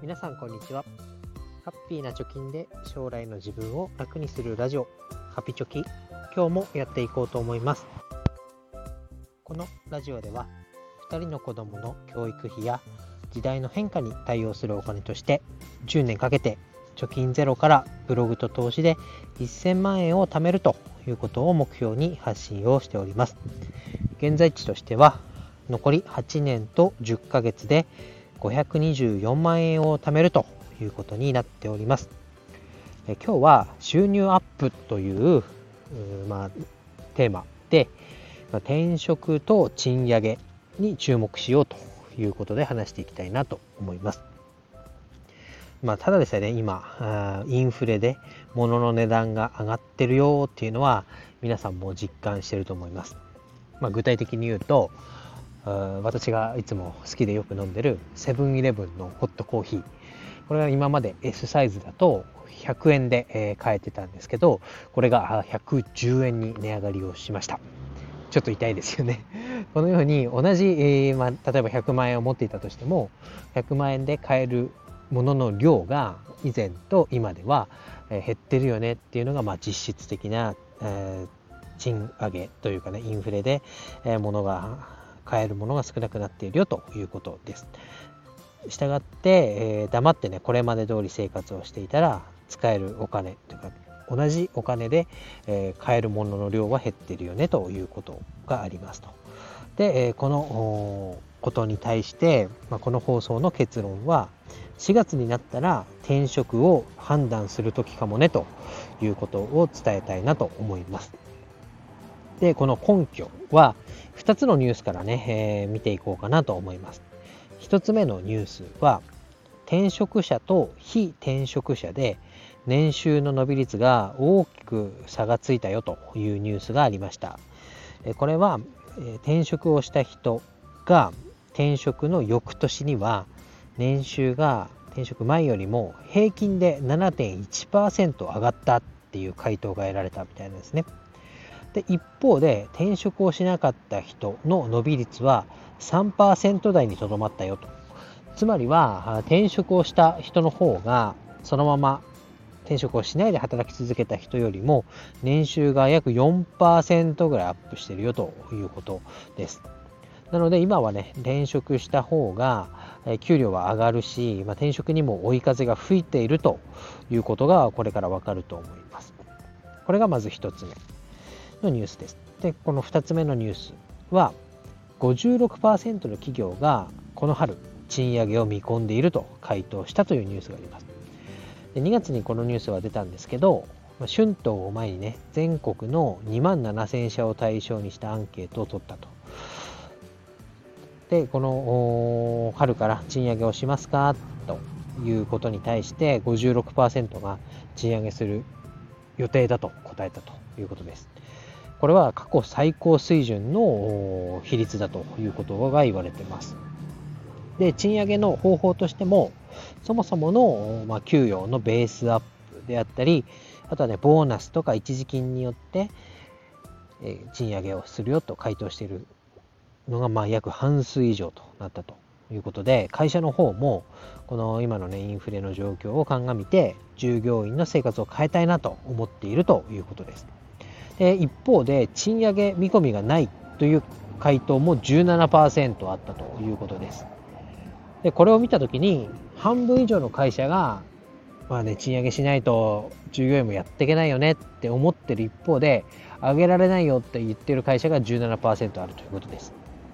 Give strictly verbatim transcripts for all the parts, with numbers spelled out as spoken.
皆さんこんにちは。ハッピーな貯金で将来の自分を楽にするラジオ、ハピチョキ、今日もやっていこうと思います。このラジオではふたりの子供の教育費や時代の変化に対応するお金としてじゅうねんかけて貯金ゼロからブログと投資でせんまんえんを貯めるということを目標に発信をしております。現在地としては残りはちねんとじゅっかげつでごひゃくにじゅうよんまんえんを貯めるということになっております。え今日は収入アップという、うまあ、テーマで、まあ、転職と賃上げに注目しようということで話していきたいなと思います。まあ、ただですね、今インフレで物の値段が上がってるよっていうのは皆さんも実感していると思います。まあ、具体的に言うと、私がいつも好きでよく飲んでるセブンイレブンのホットコーヒー、これは今まで S サイズだとひゃくえんで買えてたんですけど、これがひゃくじゅうえんに値上がりをしました。ちょっと痛いですよね。このように同じ、えーまあ、例えばひゃくまんえんを持っていたとしてもひゃくまんえんで買えるものの量が以前と今では減ってるよねっていうのが、まあ、実質的な、えー、賃上げというかね、インフレで、えー、物が買えるものが少なくなっているよということです。したがって、えー、黙ってねこれまで通り生活をしていたら使えるお金というか同じお金で、えー、買えるものの量は減っているよねということがありますと。で、えー、このことに対して、まあ、この放送の結論はしがつになったら転職を判断する時かもねということを伝えたいなと思います。で、この根拠はふたつのニュースからね、えー、見ていこうかなと思います。ひとつめのニュースは転職者と非転職者で年収の伸び率が大きく差がついたよというニュースがありました。これは転職をした人が転職の翌年には年収が転職前よりも平均で ななてんいちパーセント 上がったっていう回答が得られたみたいなんですね。で、一方で転職をしなかった人の伸び率は さんパーセント 台にとどまったよと。つまりは転職をした人の方がそのまま転職をしないで働き続けた人よりも年収が約 よんパーセント ぐらいアップしているよということです。なので今はね、転職した方が給料は上がるし、まあ、転職にも追い風が吹いているということがこれからわかると思います。これがまずひとつめのニュースです。で、このふたつめのニュースは ごじゅうろくパーセント の企業がこの春賃上げを見込んでいると回答したというニュースがあります。で、にがつにこのニュースは出たんですけど、春闘を前にね、全国のにまんななせんしゃを対象にしたアンケートを取ったと。で、この春から賃上げをしますかということに対して ごじゅうろくパーセント が賃上げする予定だと答えたということです。これは過去最高水準の比率だということが言われています。で、賃上げの方法としてもそもそもの、まあ、給与のベースアップであったり、あとはねボーナスとか一時金によって、えー、賃上げをするよと回答しているのが、まあ、約半数以上となったということで、会社の方もこの今のねインフレの状況を鑑みて従業員の生活を変えたいなと思っているということです。で、一方で賃上げ見込みがないという回答も じゅうななパーセント あったということです。で、これを見たときに半分以上の会社がまあね、賃上げしないと従業員もやっていけないよねって思ってる一方で、上げられないよって言ってる会社が じゅうななパーセント あるということです。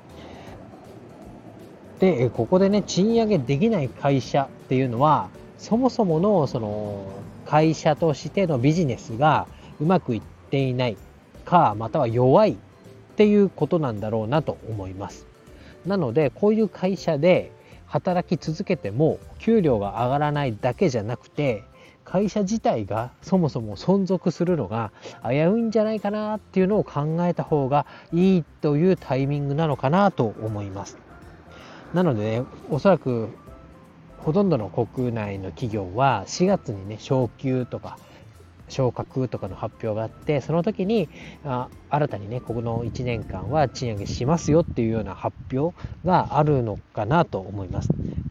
で、ここでね、賃上げできない会社っていうのはそもそものその会社としてのビジネスがうまくいっていないか、または弱いっていうことなんだろうなと思います。なのでこういう会社で働き続けても給料が上がらないだけじゃなくて、会社自体がそもそも存続するのが危ういんじゃないかなっていうのを考えた方がいいというタイミングなのかなと思います。なのでね、おそらくほとんどの国内の企業はしがつにね昇給とか昇格とかの発表があって、その時にあ新たにねこのいちねんかんは賃上げしますよっていうような発表があるのかなと思います。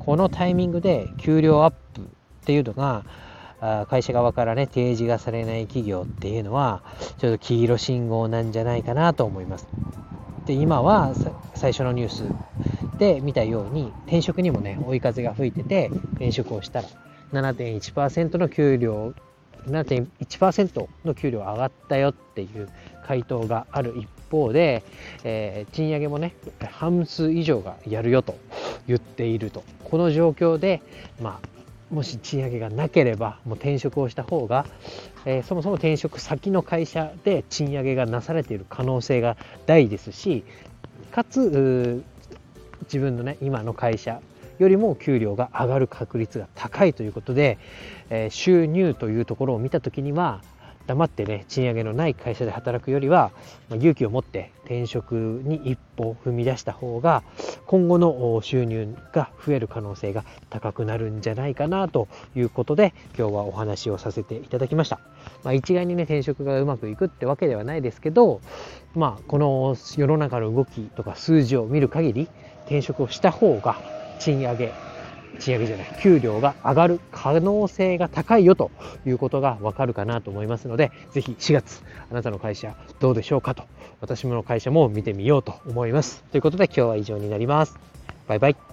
このタイミングで給料アップっていうのが会社側からね提示がされない企業っていうのはちょっと黄色信号なんじゃないかなと思います。で今は最初のニュースで見たように転職にもね追い風が吹いてて、転職をしたら ななてんいちパーセント の給料 ななてんいちパーセント の給料上がったよっていう回答がある一方で、えー、賃上げもね半数以上がやるよと言っていると。この状況でまあもし賃上げがなければもう転職をした方が、えー、そもそも転職先の会社で賃上げがなされている可能性が大ですし、かつ自分のね今の会社よりも給料が上がる確率が高いということで、えー、収入というところを見たときには黙ってね賃上げのない会社で働くよりは、まあ、勇気を持って転職に一歩踏み出した方が今後の収入が増える可能性が高くなるんじゃないかなということで今日はお話をさせていただきました。まあ、一概にね転職がうまくいくってわけではないですけど、まあこの世の中の動きとか数字を見る限り転職をした方が賃上げ賃上げじゃない給料が上がる可能性が高いよということがわかるかなと思いますので、ぜひしがつあなたの会社どうでしょうかと、私の会社も見てみようと思います。ということで今日は以上になります。バイバイ。